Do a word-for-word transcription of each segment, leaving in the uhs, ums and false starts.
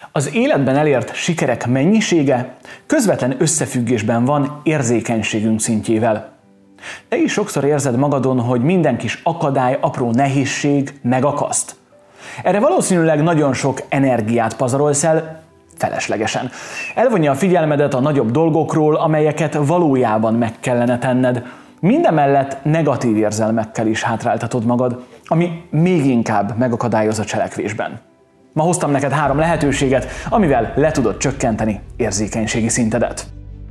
Az életben elért sikerek mennyisége közvetlen összefüggésben van érzékenységünk szintjével. Te is sokszor érzed magadon, hogy minden kis akadály, apró nehézség megakaszt. Erre valószínűleg nagyon sok energiát pazarolsz el, feleslegesen. Elvonja a figyelmedet a nagyobb dolgokról, amelyeket valójában meg kellene tenned. Mindemellett negatív érzelmekkel is hátráltatod magad, ami még inkább megakadályoz a cselekvésben. Ma hoztam neked három lehetőséget, amivel le tudod csökkenteni érzékenységi szintedet.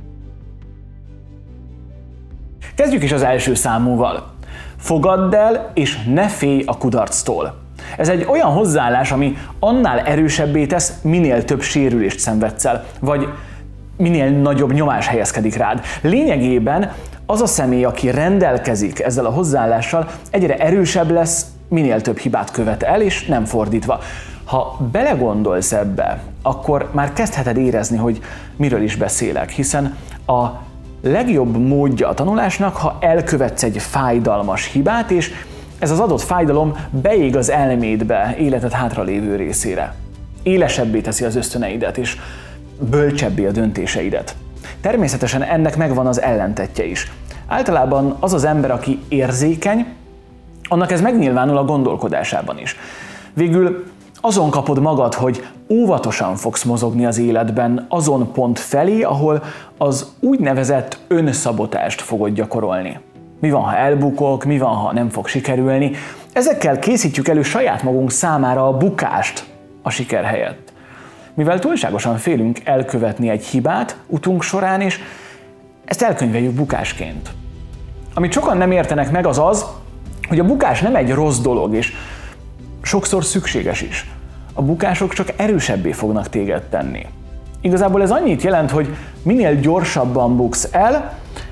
Kezdjük is az első számúval. Fogadd el és ne félj a kudarctól. Ez egy olyan hozzáállás, ami annál erősebbé tesz, minél több sérülést szenvedsz el, vagy minél nagyobb nyomás helyezkedik rád. Lényegében az a személy, aki rendelkezik ezzel a hozzáállással, egyre erősebb lesz, minél több hibát követ el, és nem fordítva. Ha belegondolsz ebbe, akkor már kezdheted érezni, hogy miről is beszélek, hiszen a legjobb módja a tanulásnak, ha elkövetsz egy fájdalmas hibát, és ez az adott fájdalom beég az elmédbe, életed hátralévő részére. Élesebbé teszi az ösztöneidet, és bölcsebbé a döntéseidet. Természetesen ennek megvan az ellentetje is. Általában az az ember, aki érzékeny, annak ez megnyilvánul a gondolkodásában is. Végül azon kapod magad, hogy óvatosan fogsz mozogni az életben azon pont felé, ahol az úgynevezett önszabotást fogod gyakorolni. Mi van, ha elbukok, mi van, ha nem fog sikerülni? Ezekkel készítjük elő saját magunk számára a bukást a siker helyett. Mivel túlságosan félünk elkövetni egy hibát utunk során, és ezt elkönyveljük bukásként. Amit sokan nem értenek meg, az az, hogy a bukás nem egy rossz dolog, és sokszor szükséges is. A bukások csak erősebbé fognak téged tenni. Igazából ez annyit jelent, hogy minél gyorsabban buksz el,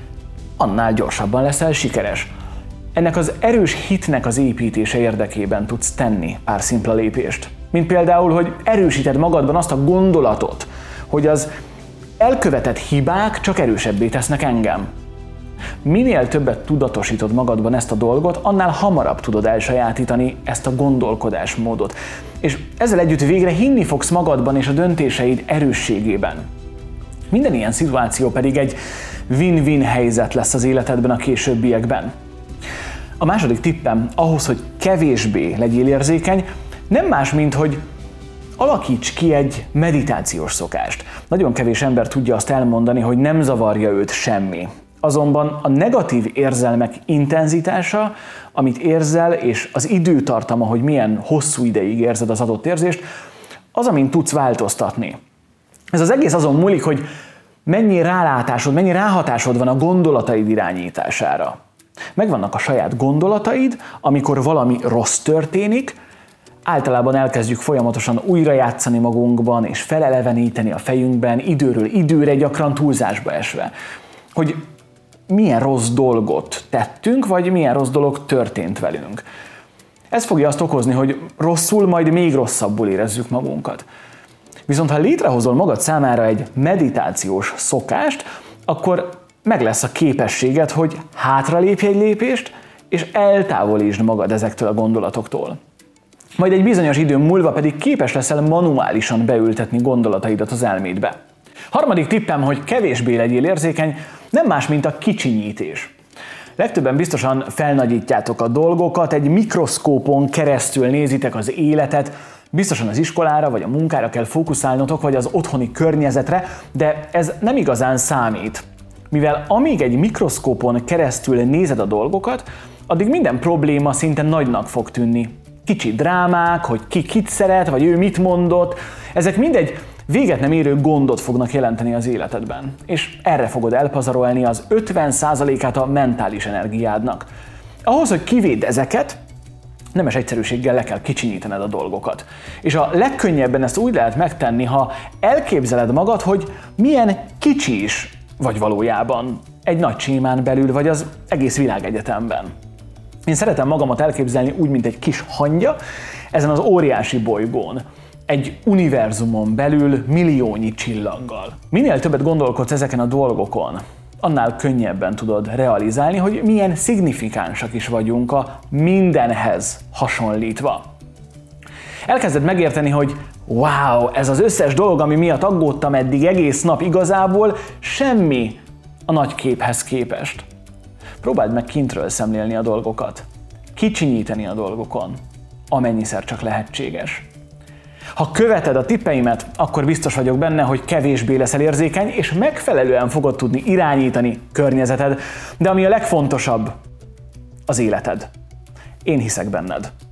annál gyorsabban leszel sikeres. Ennek az erős hitnek az építése érdekében tudsz tenni pár szimpla lépést. Mint például, hogy erősíted magadban azt a gondolatot, hogy az elkövetett hibák csak erősebbé tesznek engem. Minél többet tudatosítod magadban ezt a dolgot, annál hamarabb tudod elsajátítani ezt a gondolkodásmódot. És ezzel együtt végre hinni fogsz magadban és a döntéseid erősségében. Minden ilyen szituáció pedig egy win-win helyzet lesz az életedben a későbbiekben. A második tippem ahhoz, hogy kevésbé legyél érzékeny, nem más, mint hogy alakíts ki egy meditációs szokást. Nagyon kevés ember tudja azt elmondani, hogy nem zavarja őt semmi. Azonban a negatív érzelmek intenzitása, amit érzel, és az időtartama, hogy milyen hosszú ideig érzed az adott érzést, az, amin tudsz változtatni. Ez az egész azon múlik, hogy mennyi rálátásod, mennyi ráhatásod van a gondolataid irányítására. Megvannak a saját gondolataid, amikor valami rossz történik, általában elkezdjük folyamatosan újrajátszani magunkban, és feleleveníteni a fejünkben, időről időre, gyakran túlzásba esve. Hogy milyen rossz dolgot tettünk, vagy milyen rossz dolog történt velünk. Ez fogja azt okozni, hogy rosszul, majd még rosszabbul érezzük magunkat. Viszont ha létrehozol magad számára egy meditációs szokást, akkor meg lesz a képességed, hogy hátralépj egy lépést, és eltávolítsd magad ezektől a gondolatoktól. Majd egy bizonyos idő múlva pedig képes leszel manuálisan beültetni gondolataidat az elmédbe. Harmadik tippem, hogy kevésbé legyél érzékeny, nem más, mint a kicsinyítés. Legtöbben biztosan felnagyítjátok a dolgokat, egy mikroszkópon keresztül nézitek az életet, biztosan az iskolára vagy a munkára kell fókuszálnotok, vagy az otthoni környezetre, de ez nem igazán számít. Mivel amíg egy mikroszkópon keresztül nézed a dolgokat, addig minden probléma szinte nagynak fog tűnni. Kicsi drámák, hogy ki kit szeret, vagy ő mit mondott, ezek mindegy véget nem érő gondot fognak jelenteni az életedben. És erre fogod elpazarolni az ötven százalékát a mentális energiádnak. Ahhoz, hogy kivédd ezeket, nemes egyszerűséggel le kell kicsinyítened a dolgokat. És a legkönnyebben ezt úgy lehet megtenni, ha elképzeled magad, hogy milyen kicsi is vagy valójában egy nagy sémán belül, vagy az egész világegyetemben. Én szeretem magamat elképzelni úgy, mint egy kis hangya ezen az óriási bolygón. Egy univerzumon belül milliónyi csillaggal. Minél többet gondolkodsz ezeken a dolgokon, annál könnyebben tudod realizálni, hogy milyen szignifikánsak is vagyunk a mindenhez hasonlítva. Elkezded megérteni, hogy wow, ez az összes dolog, ami miatt aggódtam eddig egész nap, igazából semmi a nagy képhez képest. Próbáld meg kintről szemlélni a dolgokat, kicsinyíteni a dolgokon, amennyiszer csak lehetséges. Ha követed a tippeimet, akkor biztos vagyok benne, hogy kevésbé leszel érzékeny, és megfelelően fogod tudni irányítani környezeted, de ami a legfontosabb, az életed. Én hiszek benned.